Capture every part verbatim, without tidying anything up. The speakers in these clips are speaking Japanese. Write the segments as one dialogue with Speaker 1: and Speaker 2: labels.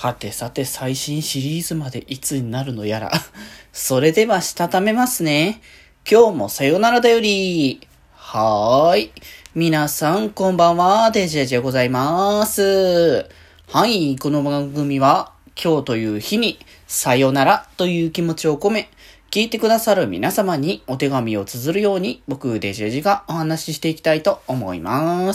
Speaker 1: はてさて最新シリーズまでいつになるのやら。それではしたためますね。今日もさよならだより。はーい。皆さんこんばんは、デジェジェございます。はい、この番組は今日という日にさよならという気持ちを込め、聞いてくださる皆様にお手紙を綴るように僕デジェジがお話ししていきたいと思います。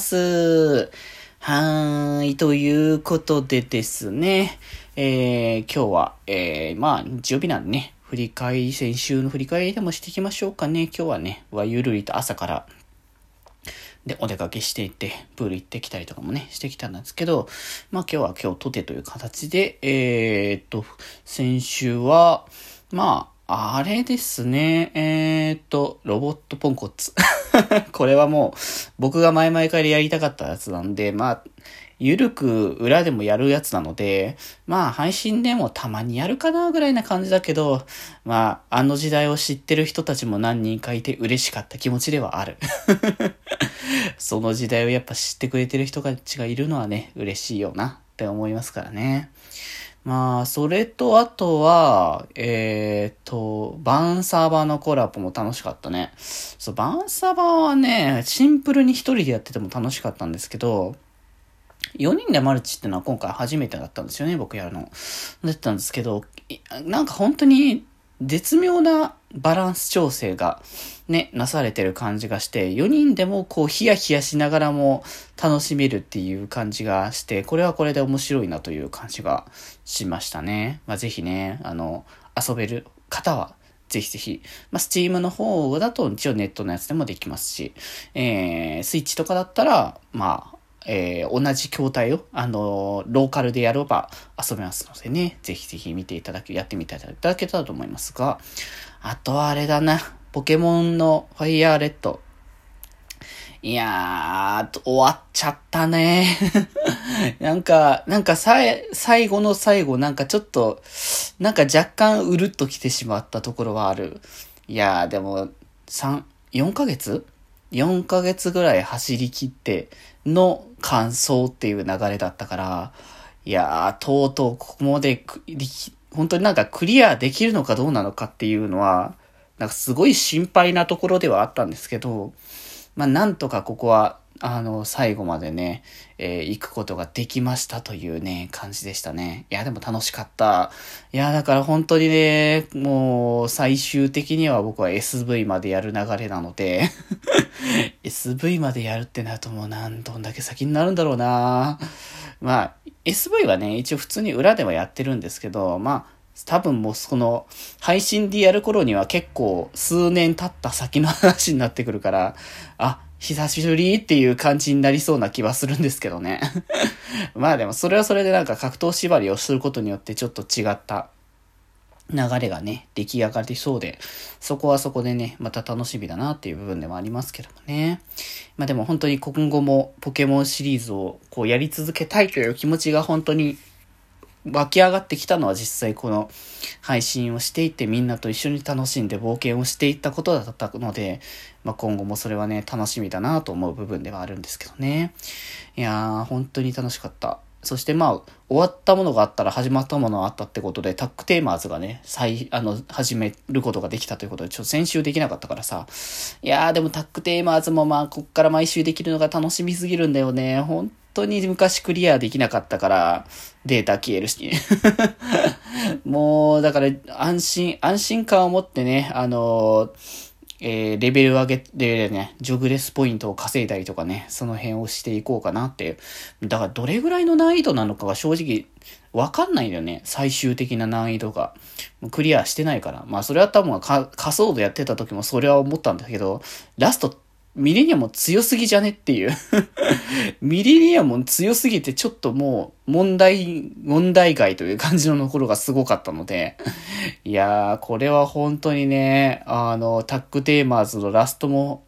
Speaker 1: はーい。ということでですね、えー、今日は、えー、まあ、日曜日なんでね、振り返り、先週の振り返りでもしていきましょうかね。今日はね、わゆるりと朝から、で、お出かけしていって、プール行ってきたりとかもね、してきたんですけど、まあ今日は今日とてという形で、えーっと、先週は、まあ、あれですね、えーっと、ロボットポンコツ。これはもう、僕が前々からやりたかったやつなんで、まあ、ゆるく裏でもやるやつなので、まあ配信でもたまにやるかなぐらいな感じだけど、まああの時代を知ってる人たちも何人かいて嬉しかった気持ちではある。その時代をやっぱ知ってくれてる人たちがいるのはね、嬉しいよなって思いますからね。まあ、それとあとは、えっと、バーンサーバーのコラボも楽しかったね。そう、バーンサーバーはね、シンプルに一人でやってても楽しかったんですけど、よにんでマルチってのは今回初めてだったんですよね、僕やるの。だったんですけど、なんか本当に絶妙なバランス調整がね、なされてる感じがして、よにんでもこうヒヤヒヤしながらも楽しめるっていう感じがして、これはこれで面白いなという感じがしましたね。まあぜひね、あの、遊べる方は、ぜひぜひ。まあ、スチームの方だと一応ネットのやつでもできますし、えー、スイッチとかだったら、まあ、えー、同じ筐体を、あのー、ローカルでやれば遊べますのでね、ぜひぜひ見ていただけ、やってみていただけたらと思いますが、あとはあれだな、ポケモンのファイヤーレッド。いやー、終わっちゃったね。なんか、なんかさえ、最後の最後、なんかちょっと、なんか若干うるっと来てしまったところはある。いやー、でも、三、よんかげつ ?よん ヶ月ぐらい走り切っての感想っていう流れだったから、いやー、とうとうここまで本当になんかクリアできるのかどうなのかっていうのは、なんかすごい心配なところではあったんですけど、まあなんとかここは、あの、最後までね、えー、行くことができましたというね、感じでしたね。いや、でも楽しかった。いや、だから本当にね、もう最終的には僕は エスブイ までやる流れなので、エスブイ までやるってなるともうなんどんだけ先になるんだろうな。まあ、エスブイ はね、一応普通に裏ではやってるんですけど、まあ、多分もうその配信でやる頃には結構数年経った先の話になってくるから、あ、久しぶりっていう感じになりそうな気はするんですけどね。まあでもそれはそれでなんか格闘縛りをすることによってちょっと違った流れがね、出来上がりそうで、そこはそこでね、また楽しみだなっていう部分でもありますけどもね。まあでも本当に今後もポケモンシリーズをこうやり続けたいという気持ちが本当に湧き上がってきたのは実際この配信をしていてみんなと一緒に楽しんで冒険をしていったことだったので、まあ、今後もそれはね楽しみだなと思う部分ではあるんですけどね。いやー本当に楽しかった。そしてまあ終わったものがあったら始まったものがあったってことでタックテーマーズがね再あの始めることができたということでちょっと先週できなかったからさ、いやーでもタックテーマーズもまあこっから毎週できるのが楽しみすぎるんだよね。本当に昔クリアできなかったからデータ消えるしもうだから安心安心感を持ってねあのーえー、レベル上げでね、ジョグレスポイントを稼いだりとかね、その辺をしていこうかなっていう。だからどれぐらいの難易度なのかが正直わかんないんだよね。最終的な難易度が。クリアしてないから。まあそれは多分仮想度やってた時もそれは思ったんだけど、ラストミレニアム強すぎじゃねっていうミレニアム強すぎてちょっともう問題、問題外という感じのところがすごかったのでいやー、これは本当にね、あの、タックテーマーズのラストも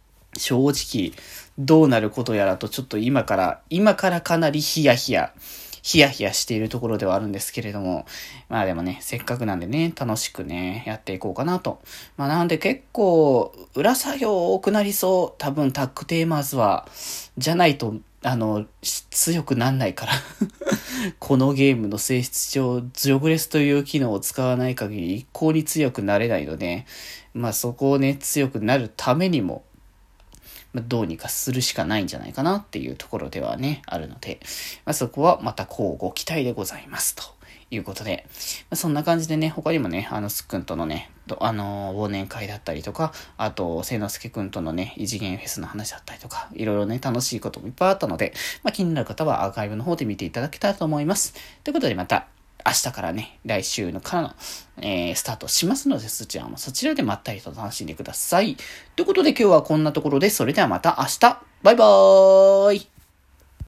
Speaker 1: 正直どうなることやらとちょっと今から、今からかなりヒヤヒヤヒヤヒヤしているところではあるんですけれども、まあでもね、せっかくなんでね、楽しくね、やっていこうかなと。まあなんで結構、裏作業多くなりそう。多分タッグテーマーズは、じゃないと、あの、強くなんないから。このゲームの性質上、ジョブレスという機能を使わない限り一向に強くなれないので、まあそこをね、強くなるためにも、まあ、どうにかするしかないんじゃないかなっていうところではね、あるので、まあ、そこはまた交互期待でございますということで、まあ、そんな感じでね、他にもね、あの、すっくんとのね、あの、忘年会だったりとか、あと、せいのすけくんとのね、異次元フェスの話だったりとか、いろいろね、楽しいこともいっぱいあったので、まあ、気になる方はアーカイブの方で見ていただけたらと思います。ということでまた、明日からね、来週のからの、えー、スタートしますので、そちらもそちらでまったりと楽しんでください。ということで今日はこんなところで、それではまた明日バイバーイ